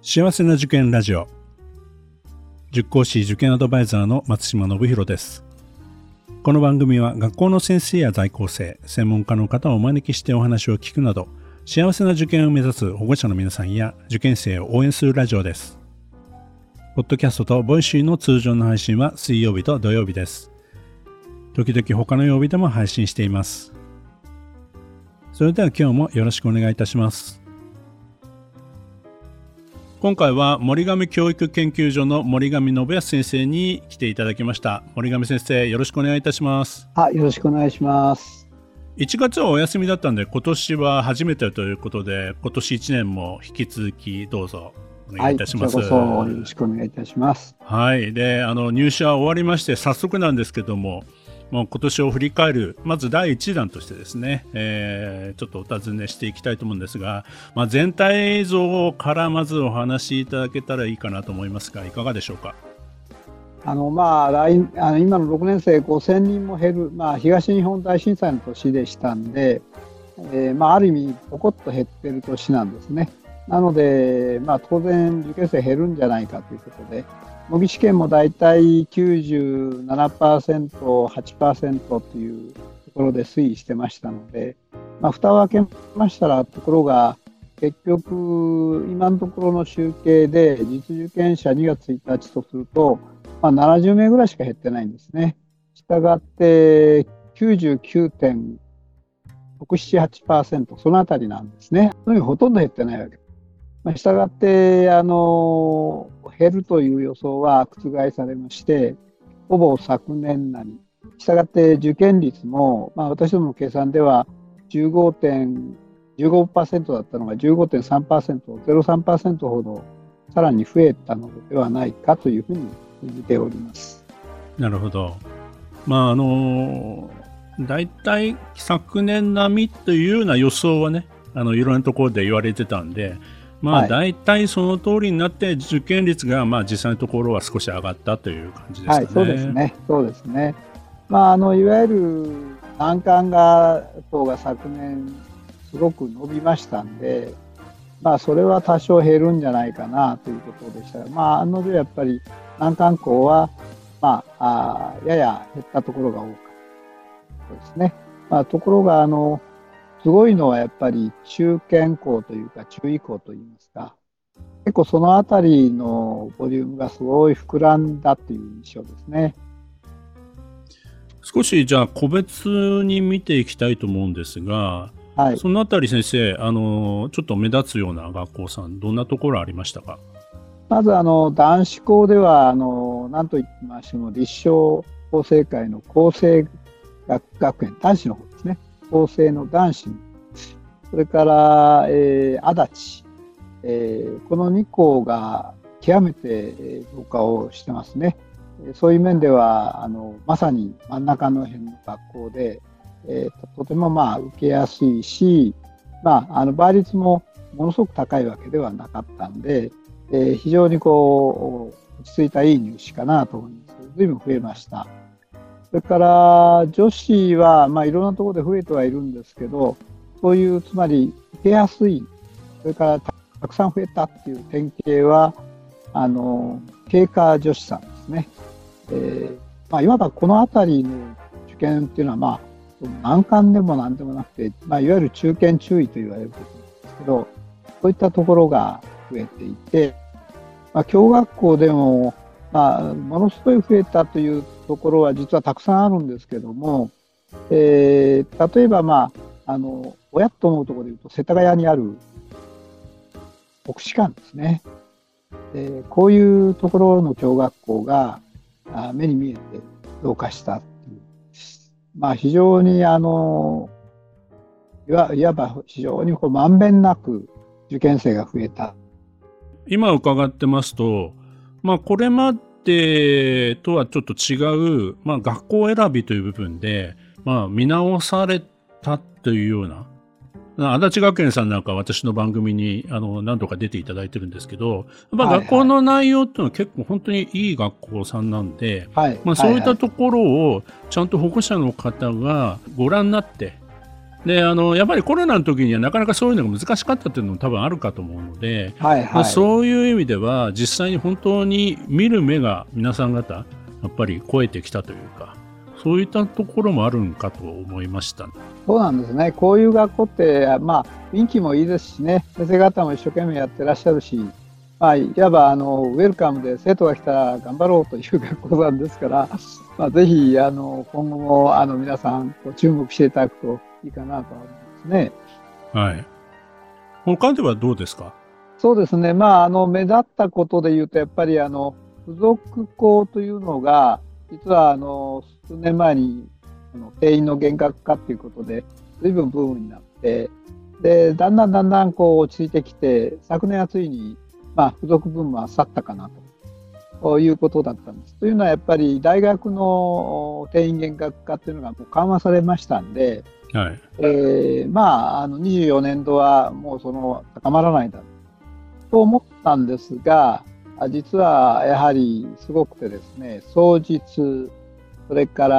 幸せな受験ラジオ、塾講師受験アドバイザーの松島信弘です。この番組は学校の先生や在校生、専門家の方をお招きしてお話を聞くなど、幸せな受験を目指す保護者の皆さんや受験生を応援するラジオです。ポッドキャストとボイシーの通常の配信は水曜日と土曜日です。時々他の曜日でも配信しています。それでは今日もよろしくお願いいたします。今回は森上教育研究所の森上信康先生に来ていただきました。森上先生、よろしくお願いいたします。 よろしくお願いします。 1月はお休みだったんで、今年は初めてということで、今年1年も引き続きどうぞお願いいたします。 こちらこそよろしくお願いいたします。 はい。で、入試は終わりまして、早速なんですけども、もう今年を振り返る、まず第1弾としてですね、ちょっとお尋ねしていきたいと思うんですが、全体像からまずお話しいただけたらいいかなと思いますが、いかがでしょうか。 今の6年生5000人も減る、東日本大震災の年でしたんで、ある意味ポコッと減ってる年なんですね。なので、当然受験生減るんじゃないかということで、模擬試験もだいたい 97%、8% というところで推移してましたので、蓋を開けましたら、ところが結局今のところの集計で実受験者2月1日とすると、70名ぐらいしか減ってないんですね。したがって99.678%、そのあたりなんですね。とにかくほとんど減ってないわけです。したがって減るという予想は覆されまして、ほぼ昨年並み。したがって受験率も、私どもの計算では 15% だったのが 15.3%、0.3% ほどさらに増えたのではないかというふうに見ております。 なるほど。だいたい昨年並みというような予想はね、いろんなところで言われてたんで、だいたいその通りになって受験率が実際のところは少し上がったという感じですかね。 そうですね。いわゆる難関等が昨年すごく伸びましたんで、それは多少減るんじゃないかなということでしたが、案の定やっぱり難関校はやや減ったところが多かったですね。ところがすごいのはやっぱり中堅校というか中位校といいますか、結構そのあたりのボリュームがすごい膨らんだという印象ですね。 少しじゃあ個別に見ていきたいと思うんですが、そのあたり先生、ちょっと目立つような学校さん、どんなところありましたか。 まず男子校では何といってましても立正厚生会の厚生学園、男子の方ですね。厚生の男子、それから足立、この2校が極めて増加をしてますね。そういう面ではまさに真ん中の辺の学校で、とても受けやすいし、倍率もものすごく高いわけではなかったんで、非常に落ち着いたいい入試かなと思います。随分増えました。それから女子はいろんなところで増えてはいるんですけど、そういうつまり受けやすい、それからたくさん増えたっていう典型は経過女子さんですね。いわばこの辺りの受験っていうのは難関でも何でもなくて、いわゆる中堅中位と言われることなんですけど、そういったところが増えていて、共学校でもものすごい増えたというところは実はたくさんあるんですけども、例えばおやっと思うところでいうと世田谷にある国士舘ですね。こういうところの共学校が目に見えて増加したっていう、非常にいわば非常にまんべんなく受験生が増えた。 今伺ってますと、これまでとはちょっと違う、学校選びという部分で、見直されたというような、足立学園さんなんか私の番組に何度か出ていただいてるんですけど、学校の内容っていうのは結構本当にいい学校さんなんで、そういったところをちゃんと保護者の方がご覧になって、 でやっぱりコロナの時にはなかなかそういうのが難しかったっていうのも多分あるかと思うので、 はいはい。 そういう意味では実際に本当に見る目が皆さん方やっぱり超えてきたというか、そういったところもあるんかと思いました。 そうなんですね。こういう学校って、雰囲気もいいですしね、先生方も一生懸命やってらっしゃるし、いわばウェルカムで生徒が来たら頑張ろうという学校なんですから、ぜひ今後も皆さん注目していただくといいかなと思いますね。 はい。他ではどうですか？ そうですね。目立ったことで言うと、やっぱり付属校というのが、実は数年前に定員の厳格化ということで、随分ブームになって、で、だんだん落ち着いてきて、昨年はついに、付属ブームは去ったかなということだったんです。というのは、やっぱり大学の定員厳格化というのがもう緩和されましたんで、 はい。 24年度はもう高まらないだろうと思ったんですが、実はやはりすごくてですね、双日、それから、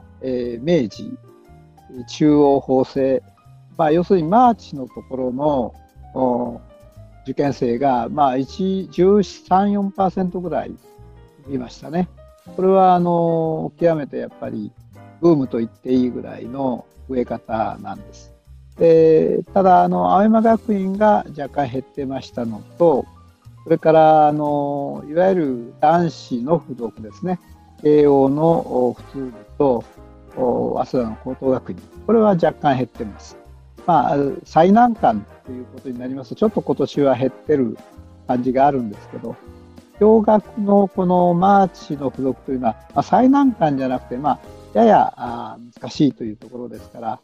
明治、中央法政、要するにマーチのところの受験生が、13、4%ぐらいいましたね。これは極めてやっぱりブームと言っていいぐらいの増え方なんです。でただ青山学院が若干減ってましたのと、それからいわゆる男子の付属ですね、慶応の普通部と早稲田の高等学院、これは若干減ってます。最難関ということになりますと、ちょっと今年は減ってる感じがあるんですけど、共学のこのマーチの付属というのは、最難関じゃなくて、やや難しいというところですから、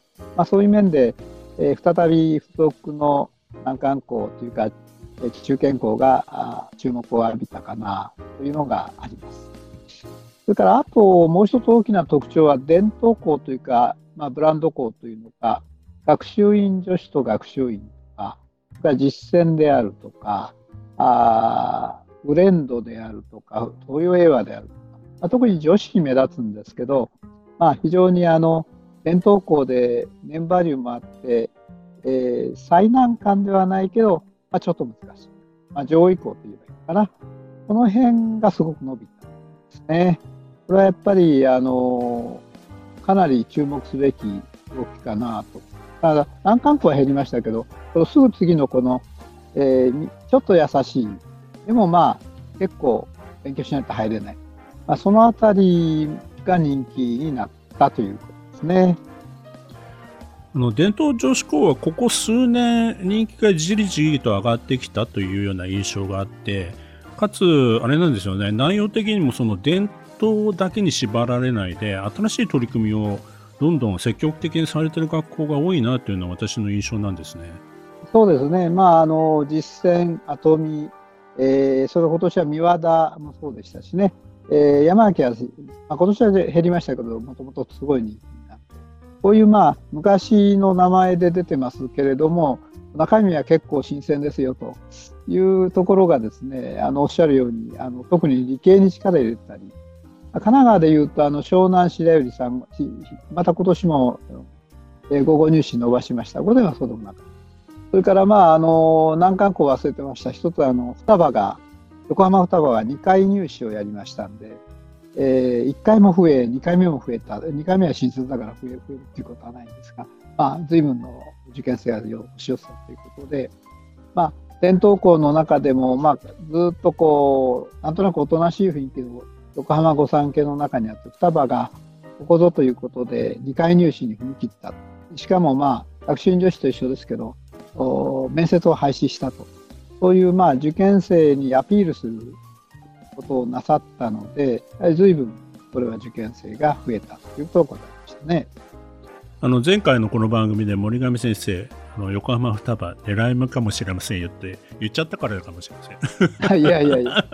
そういう面で、再び付属の難関校というか、中堅校が注目を浴びたかなというのがあります。それからあともう一つ大きな特徴は伝統校というか、ブランド校というのか、学習院女子と学習院とか、それから実践であるとか、ブレンドであるとか、東洋英和であるとか、特に女子に目立つんですけど、非常に伝統校で年バリューもあって、最難関ではないけど、ちょっと難しい。上位校といえばいいのかな。この辺がすごく伸びたんですね。これはやっぱりかなり注目すべき動きかなと。ただ難関校は減りましたけど、そのすぐ次のこの、ちょっと優しい、でも結構勉強しないと入れない、そのあたりが人気になったということですね。 伝統女子校はここ数年人気がじりじりと上がってきたというような印象があって、かつあれなんですよね、内容的にもその伝統だけに縛られないで新しい取り組みをどんどん積極的にされている学校が多いなというのは私の印象なんですね。 そうですね。実践、跡見、それ今年は三和田もそうでしたしね。山脇は、今年は減りましたけど、もともとすごい人気になって、こういう昔の名前で出てますけれども、中身は結構新鮮ですよというところがですね、おっしゃるように、特に理系に力入れたり、神奈川でいうと湘南白百合さん、また今年も午後入試伸ばしました。午前はそうでもなかった。それから難関校忘れてました。一つは横浜双葉が2回入試をやりましたんで、1回も増え、2回目も増えた。2回目は新設だから増えるということはないんですが、随分の受験生が押し寄せたということで、伝統校の中でも、ずっとなんとなくおとなしい雰囲気の横浜御三家の中にあって、双葉がここぞということで2回入試に踏み切った。しかも学習院女子と一緒ですけど、面接を廃止したと。そういう受験生にアピールすることをなさったので、随分これは受験生が増えたということがございましたね。 前回のこの番組で森上先生、横浜双葉狙い目かもしれませんよって言っちゃったからかもしれません。 いやいやいや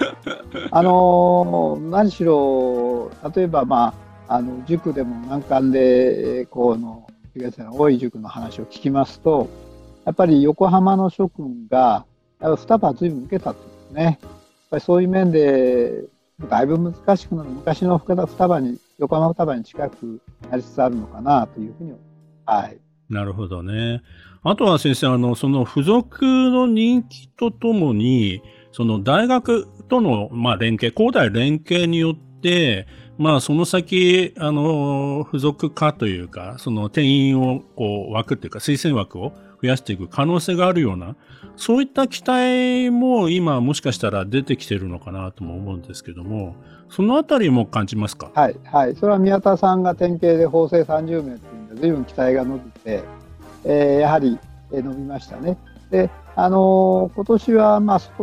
何しろ例えば塾でも難関で受験生の多い塾の話を聞きますと、やっぱり横浜の諸君が双葉随分受けたというね。やっぱりそういう面でだいぶ難しくなる、昔の横浜双葉に近くなりつつあるのかなというふうに思います。 はい。 なるほどね。あとは先生、その付属の人気とともに、その大学との、連携、高大連携によって、その先、付属化というか、その定員を、枠っていうか、推薦枠を増やしていく可能性があるような、そういった期待も今、もしかしたら出てきてるのかなとも思うんですけども、そのあたりも感じますか？ はい。はい。それは宮田さんが典型で法政30名っていうんで、随分期待が伸びて、やはり、伸びましたね。で、今年は、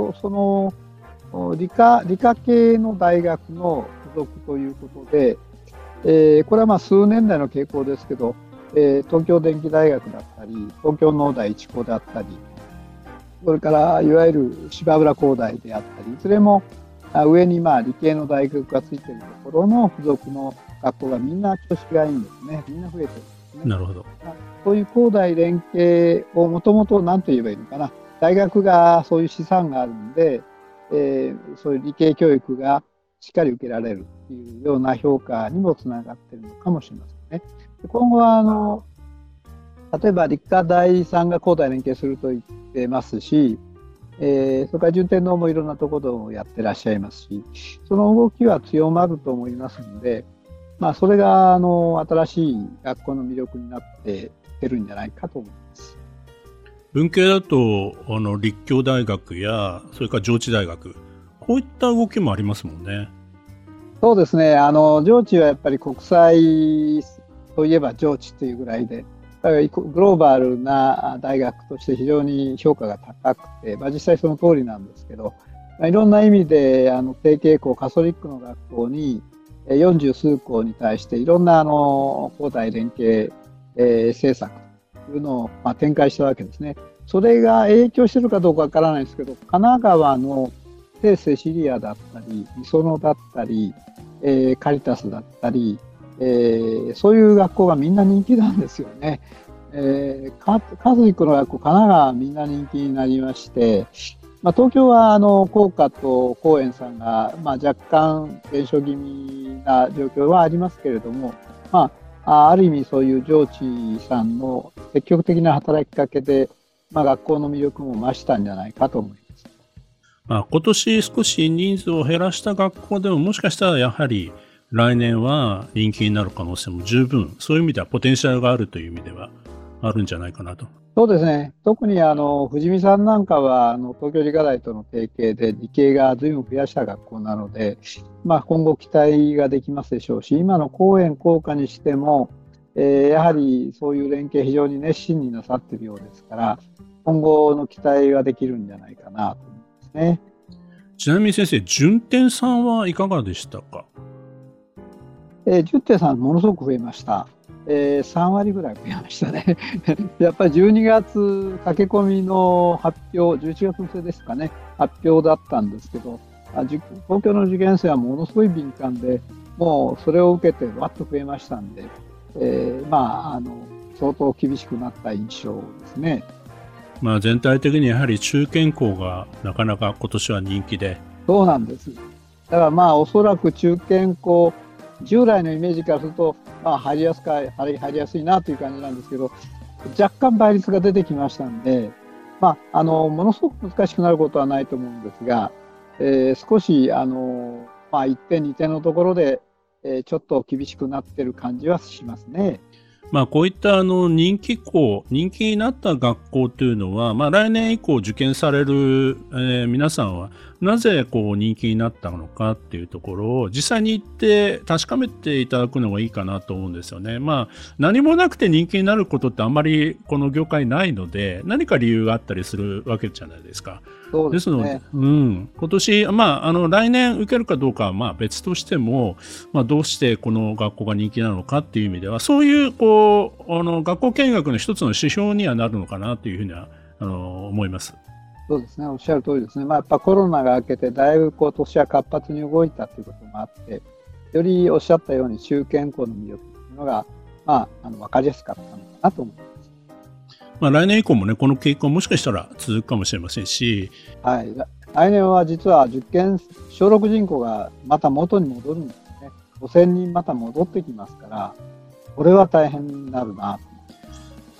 理科系の大学の付属ということで、これは数年来の傾向ですけど、東京電機大学だったり、東京農大一高であったり、それからいわゆる芝浦工大であったり、いずれも上に理系の大学がついているところの付属の学校がみんな調子がいいんですね。みんな増えてるんですね。 なるほど。 そういう高大連携をもともと何と言えばいいのかな。大学がそういう資産があるんで、そういう理系教育がしっかり受けられるというような評価にもつながっているのかもしれませんね。今後は例えば理科大さんが高大連携すると言ってますし、それから順天堂もいろんなところをやってらっしゃいますし、その動きは強まると思いますので、それが新しい学校の魅力になっているんじゃないかと思います。 文系だと立教大学やそれから上智大学、こういった動きもありますもんね。 そうですね。上智はやっぱり国際といえば上智というぐらいで、グローバルな大学として非常に評価が高くて、実際その通りなんですけど、いろんな意味で提携校カソリックの学校に40数校に対していろんな高大連携、政策というのを展開したわけですね。それが影響しているかどうかわからないですけど、神奈川の聖セシリアだったり、磯野だったり、カリタスだったり、そういう学校がみんな人気なんですよね。カトリックの学校、神奈川はみんな人気になりまして、東京は工科と高園さんが、若干減少気味な状況はありますけれども、ある意味そういう上智さんの積極的な働きかけで、学校の魅力も増したんじゃないかと思います。 今年少し人数を減らした学校でももしかしたらやはり来年は人気になる可能性も十分、そういう意味ではポテンシャルがあるという意味ではあるんじゃないかなと。 そうですね。特に藤見さんなんかは東京理科大との提携で理系が随分増やした学校なので、今後期待ができますでしょうし、今の高園工科にしても、やはりそういう連携非常に熱心になさっているようですから、今後の期待ができるんじゃないかなと思いますね。 ちなみに先生、順天さんはいかがでしたか？ 順天さんものすごく増えました。3割ぐらい増えましたね。やっぱり12月駆け込みの発表、11月末ですかね、発表だったんですけど、東京の受験生はものすごい敏感で、もうそれを受けてわっと増えましたんで、相当厳しくなった印象ですね。 全体的にやはり中堅校がなかなか今年は人気で。 そうなんです。だからおそらく中堅校、従来のイメージからすると、入りやすいなという感じなんですけど、若干倍率が出てきましたんで、ものすごく難しくなることはないと思うんですが、少し1点、2点のところで、ちょっと厳しくなっている感じはしますね。 こういった人気になった学校というのは、来年以降受験される、皆さんはなぜ人気になったのかっていうところを実際に行って確かめていただくのがいいかなと思うんですよね。何もなくて人気になることってあんまりこの業界ないので、何か理由があったりするわけじゃないですか。 そうですね。 ですので、今年、来年受けるかどうかは別としても、どうしてこの学校が人気なのかっていう意味では、そういう学校見学の一つの指標にはなるのかなというふうには思います。 そうですね、おっしゃる通りですね。やっぱコロナが明けてだいぶ年は活発に動いたということもあって、よりおっしゃったように中堅校の魅力というのが、分かりやすかったのかなと思います。 来年以降もね、この傾向もしかしたら続くかもしれませんし、 はい、来年は実は受験小6人口がまた元に戻るんですね。5000人また戻ってきますから、これは大変になるなと。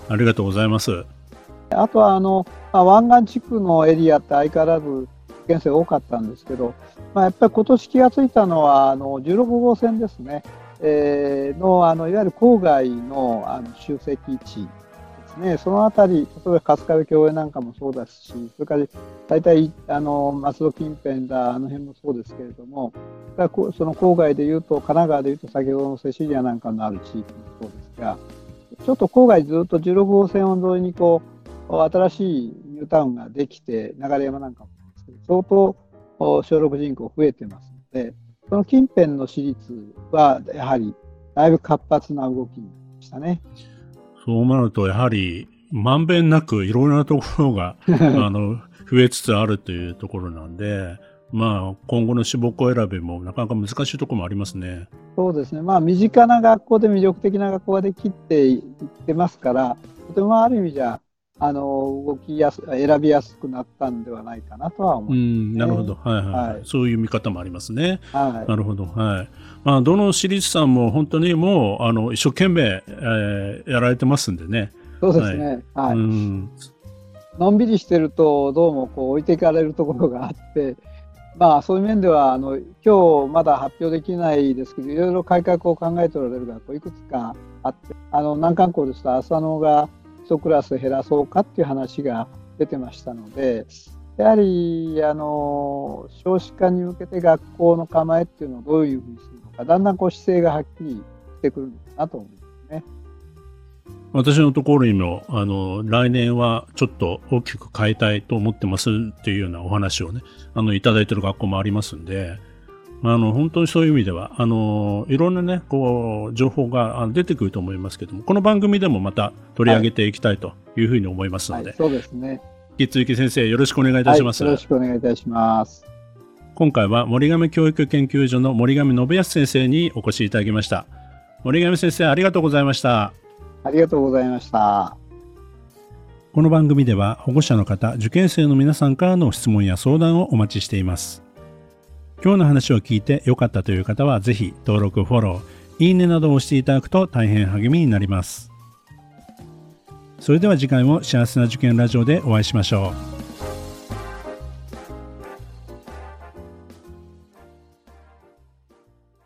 ありがとうございます。 あとは湾岸地区のエリアって相変わらず受験生多かったんですけど、やっぱり今年気がついたのは16号線ですね、いわゆる郊外の集積地ですね、そのあたり、例えば春日部共栄なんかもそうですし、それから大体松戸近辺だ、辺もそうですけれども、その郊外でいうと、神奈川でいうと、先ほどのセシリアなんかのある地域もそうですが、ちょっと郊外ずっと16号線を沿いに新しいニュータウンができて、流山なんかもですけど、相当小6人口増えてますので、その近辺の私立はやはりだいぶ活発な動きになりましたね。 そうなると、やはりまんべんなくいろいろなところが増えつつあるというところなんで、今後の志望校選びもなかなか難しいところもありますね。 そうですね、身近な学校で魅力的な学校ができていってますから、とてもある意味じゃ選びやすくなったんではないかなとは思いますね。 なるほど、はいはい、はい、そういう見方もありますね。はい、なるほど、はい。どの私立さんも本当にもう一生懸命、やられてますんでね。 そうですね。はい。のんびりしてるとどうも置いていかれるところがあって、そういう面では今日まだ発表できないですけど、いろいろ改革を考えておられる学校いくつかあって、難関校ですと浅野が1クラス減らそうかっていう話が出てましたので、やはり少子化に向けて学校の構えっていうのをどういうふうにするのか、だんだん姿勢がはっきりしてくるのかなと思いますね。 私のところにも来年はちょっと大きく変えたいと思ってますっていうようなお話をねいただいている学校もありますんで、本当にそういう意味ではいろんなね情報が出てくると思いますけども、この番組でもまた取り上げていきたいというふうに思いますので、 そうですね。 引き続き先生よろしくお願いいたします。 よろしくお願いいたします。 今回は森上教育研究所の森上信康先生にお越しいただきました。森上先生ありがとうございました。 ありがとうございました。 この番組では保護者の方、受験生の皆さんからの質問や相談をお待ちしています。今日の話を聞いて良かったという方はぜひ登録、フォロー、いいねなどを押していただくと大変励みになります。それでは次回も幸せな受験ラジオでお会いしましょう。